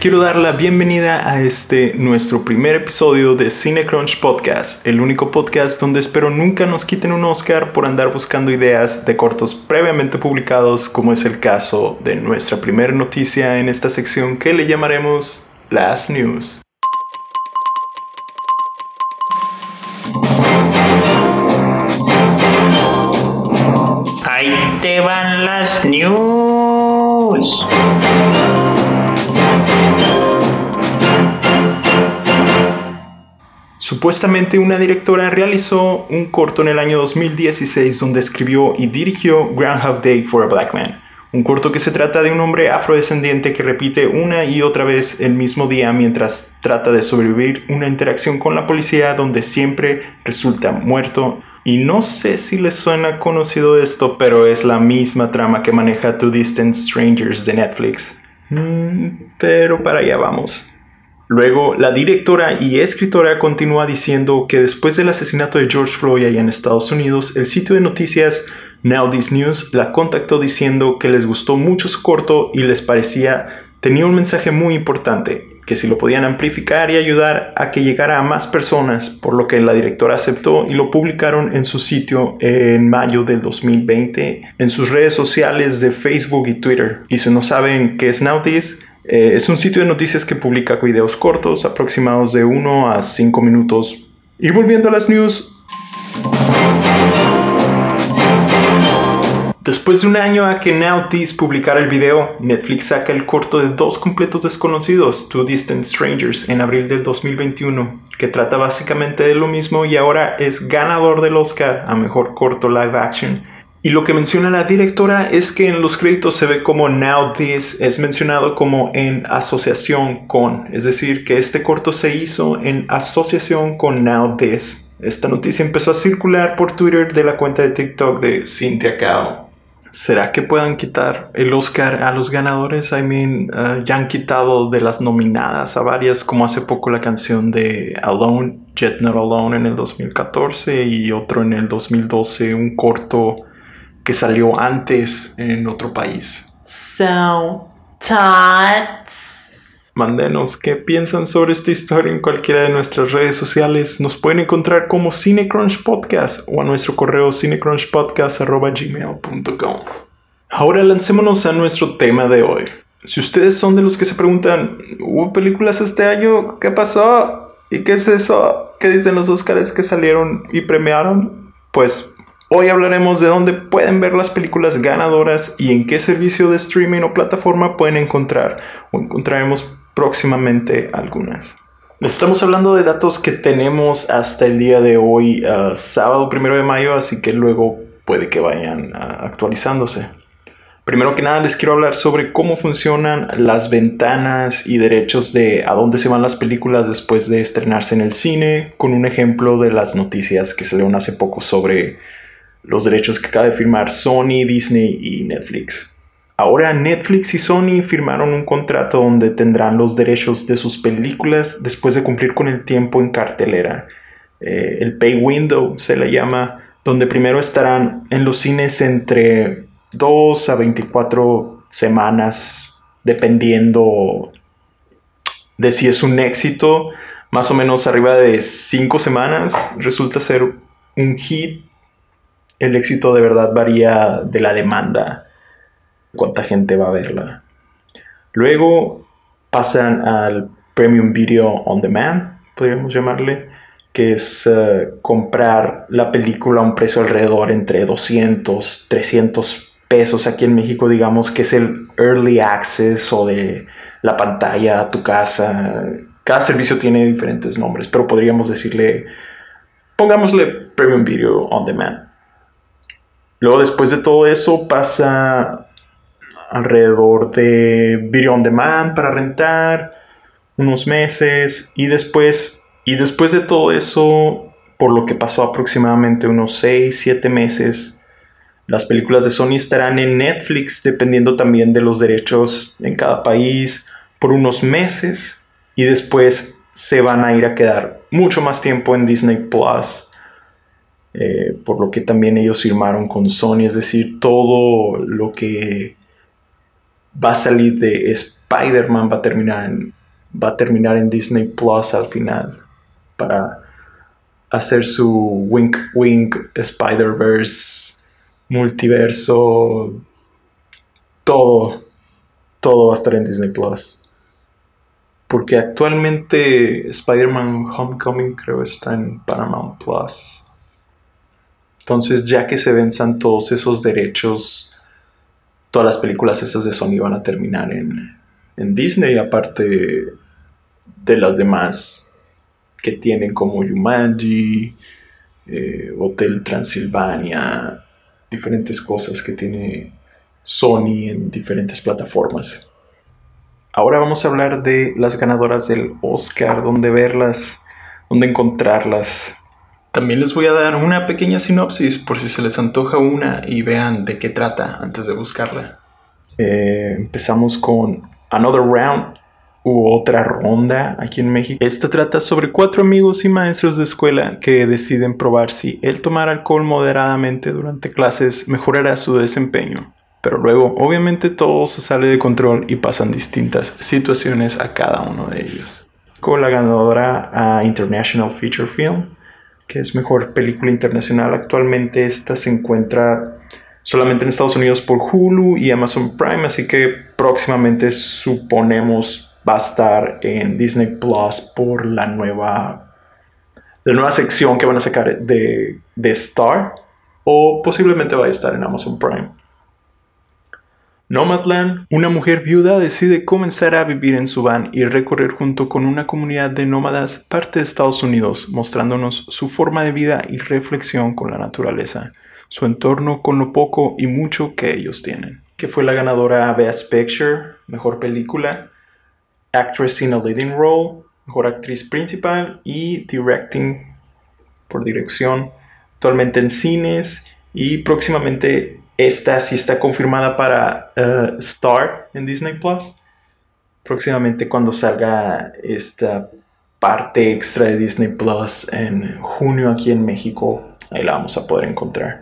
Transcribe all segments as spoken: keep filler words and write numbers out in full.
quiero dar la bienvenida a este nuestro primer episodio de CineCrunch Podcast, el único podcast donde espero nunca nos quiten un Oscar por andar buscando ideas de cortos previamente publicados, como es el caso de nuestra primera noticia en esta sección que le llamaremos Las News. Ahí te van las news. Supuestamente una directora realizó un corto en el año dos mil dieciséis donde escribió y dirigió Groundhog Day for a Black Man, un corto que se trata de un hombre afrodescendiente que repite una y otra vez el mismo día mientras trata de sobrevivir una interacción con la policía donde siempre resulta muerto. Y no sé si les suena conocido esto, pero es la misma trama que maneja Two Distant Strangers de Netflix. Mm, pero para allá vamos. Luego, la directora y escritora continúa diciendo que después del asesinato de George Floyd allá en Estados Unidos, el sitio de noticias Now This News la contactó diciendo que les gustó mucho su corto y les parecía tenía un mensaje muy importante, que si lo podían amplificar y ayudar a que llegara a más personas, por lo que la directora aceptó y lo publicaron en su sitio en mayo del dos mil veinte en sus redes sociales de Facebook y Twitter. Y si no saben qué es Now This, eh, es un sitio de noticias que publica videos cortos aproximados de uno a cinco minutos. Y volviendo a las news, después de un año a que Now This publicara el video, Netflix saca el corto de Dos Completos Desconocidos, Two Distant Strangers, en abril del dos mil veintiuno, que trata básicamente de lo mismo y ahora es ganador del Oscar a Mejor Corto Live Action. Y lo que menciona la directora es que en los créditos se ve como Now This es mencionado como en asociación con, es decir, que este corto se hizo en asociación con Now This. Esta noticia empezó a circular por Twitter de la cuenta de TikTok de Cynthia Cao. ¿Será que puedan quitar el Oscar a los ganadores? I mean, uh, ya han quitado de las nominadas a varias, como hace poco la canción de Alone, Yet Not Alone en el dos mil catorce y otro en el dos mil doce, un corto que salió antes en otro país. So, tots. Mándenos qué piensan sobre esta historia en cualquiera de nuestras redes sociales. Nos pueden encontrar como CineCrunch Podcast o a nuestro correo cinecrunchpodcast arroba gmail punto com. Ahora lancémonos a nuestro tema de hoy. Si ustedes son de los que se preguntan, ¿hubo películas este año? ¿Qué pasó? ¿Y qué es eso? ¿Qué dicen los Oscars que salieron y premiaron? Pues hoy hablaremos de dónde pueden ver las películas ganadoras y en qué servicio de streaming o plataforma pueden encontrar o encontraremos próximamente algunas. Estamos hablando de datos que tenemos hasta el día de hoy, uh, sábado primero de mayo, así que luego puede que vayan uh, actualizándose. Primero que nada les quiero hablar sobre cómo funcionan las ventanas y derechos de a dónde se van las películas después de estrenarse en el cine, con un ejemplo de las noticias que salieron hace poco sobre los derechos que acaba de firmar Sony, Disney y Netflix. Ahora Netflix y Sony firmaron un contrato donde tendrán los derechos de sus películas después de cumplir con el tiempo en cartelera. Eh, el Pay Window se le llama, donde primero estarán en los cines entre dos a veinticuatro semanas, dependiendo de si es un éxito, más o menos arriba de cinco semanas, resulta ser un hit. El éxito de verdad varía de la demanda, cuánta gente va a verla. Luego pasan al Premium Video On Demand, podríamos llamarle, que es uh, comprar la película a un precio alrededor entre doscientos, trescientos pesos. Aquí en México digamos que es el Early Access o de la pantalla a tu casa. Cada servicio tiene diferentes nombres, pero podríamos decirle, pongámosle Premium Video On Demand. Luego, después de todo eso, pasa alrededor de Video On Demand para rentar, unos meses, y después, y después de todo eso, por lo que pasó aproximadamente unos seis, siete meses, las películas de Sony estarán en Netflix, dependiendo también de los derechos en cada país, por unos meses, y después se van a ir a quedar mucho más tiempo en Disney Plus. Eh, por lo que también ellos firmaron con Sony, es decir, todo lo que va a salir de Spider-Man, va a terminar en, va a terminar en Disney Plus al final para hacer su wink wink Spider-Verse, multiverso, todo, todo va a estar en Disney Plus. Porque actualmente Spider-Man Homecoming creo está en Paramount Plus. Entonces, ya que se venzan todos esos derechos, todas las películas esas de Sony van a terminar en, en Disney, aparte de las demás que tienen como Jumanji, eh, Hotel Transilvania, diferentes cosas que tiene Sony en diferentes plataformas. Ahora vamos a hablar de las ganadoras del Oscar, dónde verlas, dónde encontrarlas. También les voy a dar una pequeña sinopsis por si se les antoja una y vean de qué trata antes de buscarla. Eh, empezamos con Another Round u Otra Ronda aquí en México. Esta trata sobre cuatro amigos y maestros de escuela que deciden probar si el tomar alcohol moderadamente durante clases mejorará su desempeño. Pero luego, obviamente, todo se sale de control y pasan distintas situaciones a cada uno de ellos. Con la ganadora a International Feature Film, que es mejor película internacional. Actualmente esta se encuentra solamente en Estados Unidos por Hulu y Amazon Prime, así que próximamente suponemos va a estar en Disney Plus por la nueva, la nueva sección que van a sacar de, de Star, o posiblemente vaya a estar en Amazon Prime. Nomadland, una mujer viuda decide comenzar a vivir en su van y recorrer junto con una comunidad de nómadas parte de Estados Unidos, mostrándonos su forma de vida y reflexión con la naturaleza, su entorno con lo poco y mucho que ellos tienen. Que fue la ganadora a Best Picture, mejor película, Actress in a Leading Role, mejor actriz principal y Directing por dirección, actualmente en cines y próximamente. Esta sí está confirmada para uh, Star en Disney Plus. Próximamente cuando salga esta parte extra de Disney Plus en junio aquí en México, ahí la vamos a poder encontrar.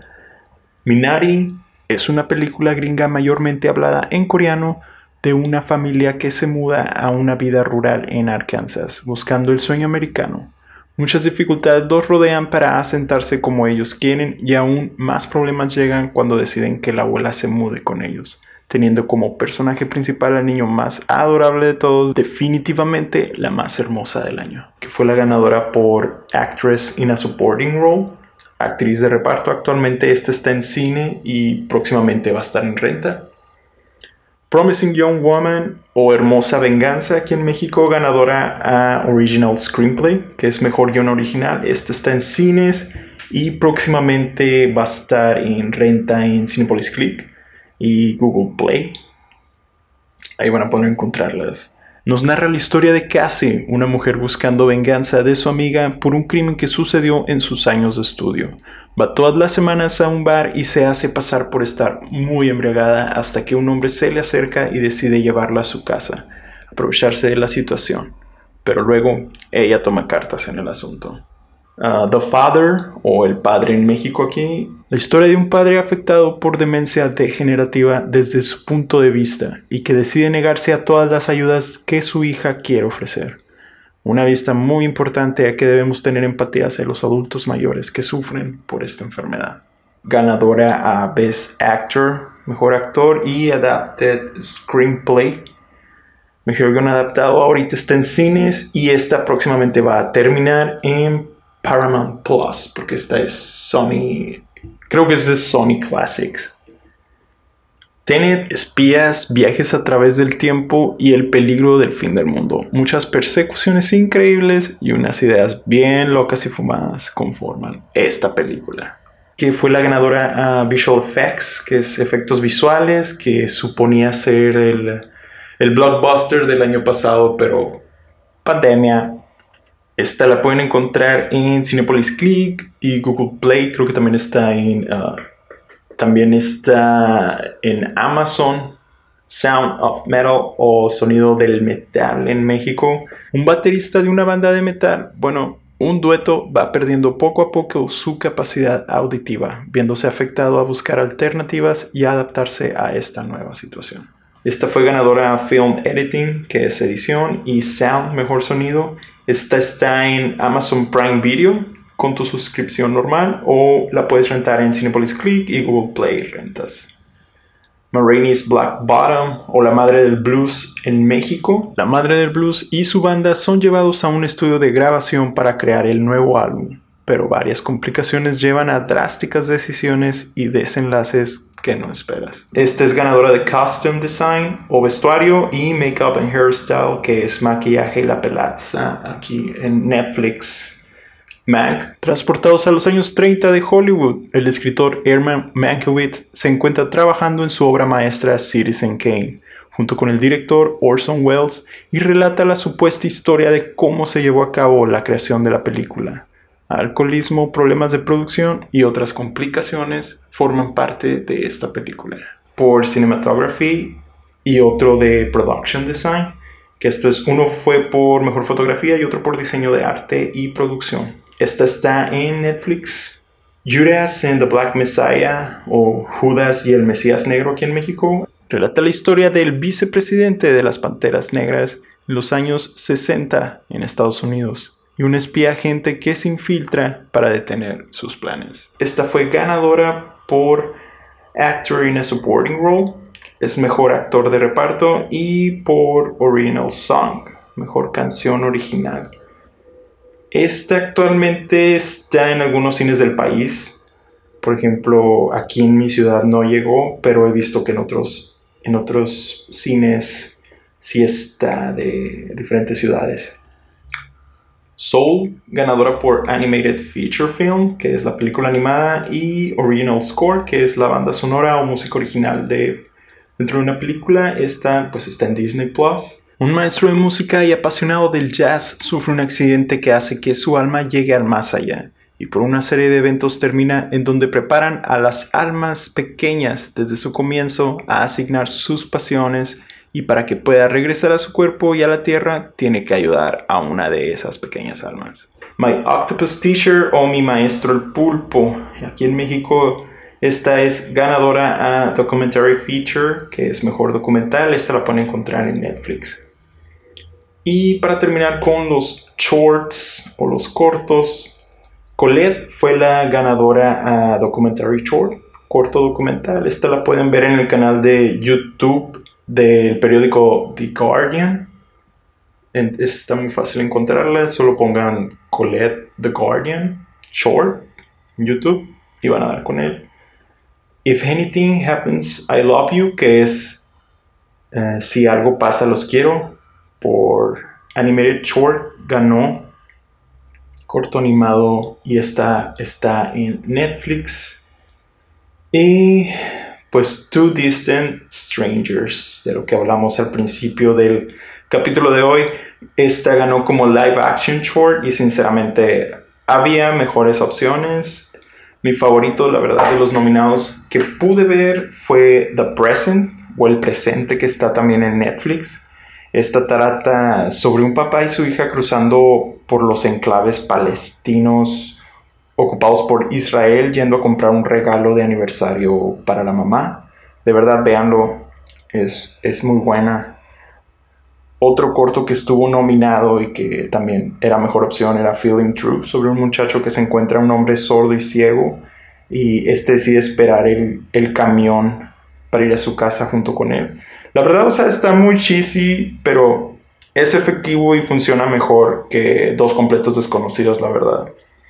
Minari es una película gringa mayormente hablada en coreano de una familia que se muda a una vida rural en Arkansas, buscando el sueño americano. Muchas dificultades los rodean para asentarse como ellos quieren y aún más problemas llegan cuando deciden que la abuela se mude con ellos, teniendo como personaje principal al niño más adorable de todos, definitivamente la más hermosa del año, que fue la ganadora por Actress in a Supporting Role, actriz de reparto. Actualmente esta está en cine y próximamente va a estar en renta. Promising Young Woman o Hermosa Venganza aquí en México, ganadora a Original Screenplay, que es mejor guión original. Esta está en cines y próximamente va a estar en renta en Cinepolis Click y Google Play. Ahí van a poder encontrarlas. Nos narra la historia de Cassie, una mujer buscando venganza de su amiga por un crimen que sucedió en sus años de estudio. Va todas las semanas a un bar y se hace pasar por estar muy embriagada hasta que un hombre se le acerca y decide llevarla a su casa, aprovecharse de la situación. Pero luego ella toma cartas en el asunto. Uh, The Father, o El Padre en México aquí, la historia de un padre afectado por demencia degenerativa desde su punto de vista y que decide negarse a todas las ayudas que su hija quiere ofrecer. Una vista muy importante a que debemos tener empatía hacia los adultos mayores que sufren por esta enfermedad. Ganadora a Best Actor, Mejor Actor y Adapted Screenplay. Mejor guión adaptado, ahorita está en cines y esta próximamente va a terminar en Paramount Plus, porque esta es Sony, creo que es de Sony Classics. Tenet, espías, viajes a través del tiempo y el peligro del fin del mundo. Muchas persecuciones increíbles y unas ideas bien locas y fumadas conforman esta película. Que fue la ganadora a Visual Effects, que es efectos visuales, que suponía ser el, el blockbuster del año pasado, pero pandemia. Esta la pueden encontrar en Cinepolis Click y Google Play, creo que también está en... Uh, También está en Amazon, Sound of Metal o Sonido del Metal en México. Un baterista de una banda de metal, bueno, un dueto, va perdiendo poco a poco su capacidad auditiva, viéndose afectado a buscar alternativas y a adaptarse a esta nueva situación. Esta fue ganadora Film Editing, que es edición, y Sound, mejor sonido. Esta está en Amazon Prime Video con tu suscripción normal, o la puedes rentar en Cinepolis Click y Google Play Rentas. Ma Rainey's Black Bottom, o La Madre del Blues en México. La Madre del Blues y su banda son llevados a un estudio de grabación para crear el nuevo álbum, pero varias complicaciones llevan a drásticas decisiones y desenlaces que no esperas. Esta es ganadora de Costume Design o vestuario y Makeup and Hairstyle, que es maquillaje y la pelaza, aquí en Netflix. Mank. Transportados a los años treinta de Hollywood, el escritor Herman Mankiewicz se encuentra trabajando en su obra maestra Citizen Kane, junto con el director Orson Welles, y relata la supuesta historia de cómo se llevó a cabo la creación de la película. Alcoholismo, problemas de producción y otras complicaciones forman parte de esta película. Por Cinematography y otro de Production Design, que esto es, uno fue por mejor fotografía y otro por diseño de arte y producción. Esta está en Netflix. Judas and the Black Messiah, o Judas y el Mesías Negro aquí en México, relata la historia del vicepresidente de las Panteras Negras en los años sesenta en Estados Unidos y un espía agente que se infiltra para detener sus planes. Esta fue ganadora por Actor in a Supporting Role, es mejor actor de reparto, y por Original Song, mejor canción original. Esta actualmente está en algunos cines del país. Por ejemplo, aquí en mi ciudad no llegó, pero he visto que en otros, en otros cines sí está de diferentes ciudades. Soul, ganadora por Animated Feature Film, que es la película animada, y Original Score, que es la banda sonora o música original de dentro de una película. Esta pues está en Disney Plus. Un maestro de música y apasionado del jazz sufre un accidente que hace que su alma llegue al más allá, y por una serie de eventos termina en donde preparan a las almas pequeñas desde su comienzo a asignar sus pasiones, y para que pueda regresar a su cuerpo y a la tierra tiene que ayudar a una de esas pequeñas almas. My Octopus Teacher, o Mi Maestro el Pulpo, aquí en México. Esta es ganadora a Documentary Feature, que es mejor documental. Esta la pueden encontrar en Netflix. Y para terminar con los shorts o los cortos, Colette fue la ganadora a Documentary Short, corto documental. Esta la pueden ver en el canal de YouTube del periódico The Guardian. Está muy fácil encontrarla, solo pongan Colette The Guardian Short en YouTube y van a dar con él. If Anything Happens, I Love You, que es uh, Si Algo Pasa, Los Quiero, por Animated Short, ganó corto animado y está, está en Netflix. Y pues Two Distant Strangers, de lo que hablamos al principio del capítulo de hoy, esta ganó como live action short y sinceramente había mejores opciones. Mi favorito, la verdad, de los nominados que pude ver fue The Present, o El Presente, que está también en Netflix. Esta trata sobre un papá y su hija cruzando por los enclaves palestinos ocupados por Israel, yendo a comprar un regalo de aniversario para la mamá. De verdad, véanlo, es, es muy buena. Otro corto que estuvo nominado y que también era mejor opción era Feeling True, sobre un muchacho que se encuentra un hombre sordo y ciego y este decide esperar el, el camión para ir a su casa junto con él. La verdad, o sea, está muy cheesy, pero es efectivo y funciona mejor que Dos Completos Desconocidos, la verdad.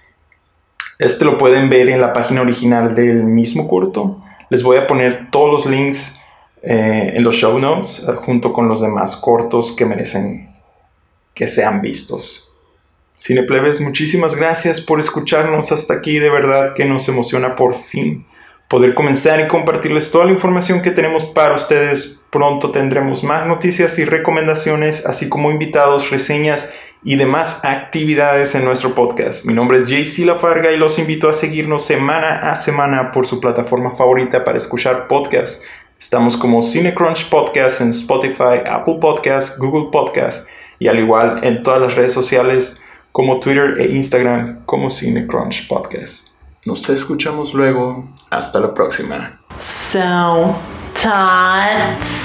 Este lo pueden ver en la página original del mismo corto. Les voy a poner todos los links Eh, en los show notes, eh, junto con los demás cortos que merecen que sean vistos. Cineplebes, muchísimas gracias por escucharnos hasta aquí. De verdad que nos emociona por fin poder comenzar y compartirles toda la información que tenemos para ustedes. Pronto tendremos más noticias y recomendaciones, así como invitados, reseñas y demás actividades en nuestro podcast. Mi nombre es J C Lafarga y los invito a seguirnos semana a semana por su plataforma favorita para escuchar podcasts. Estamos como CineCrunch Podcast en Spotify, Apple Podcast, Google Podcast y al igual en todas las redes sociales como Twitter e Instagram como CineCrunch Podcast. Nos escuchamos luego. Hasta la próxima. So, tots.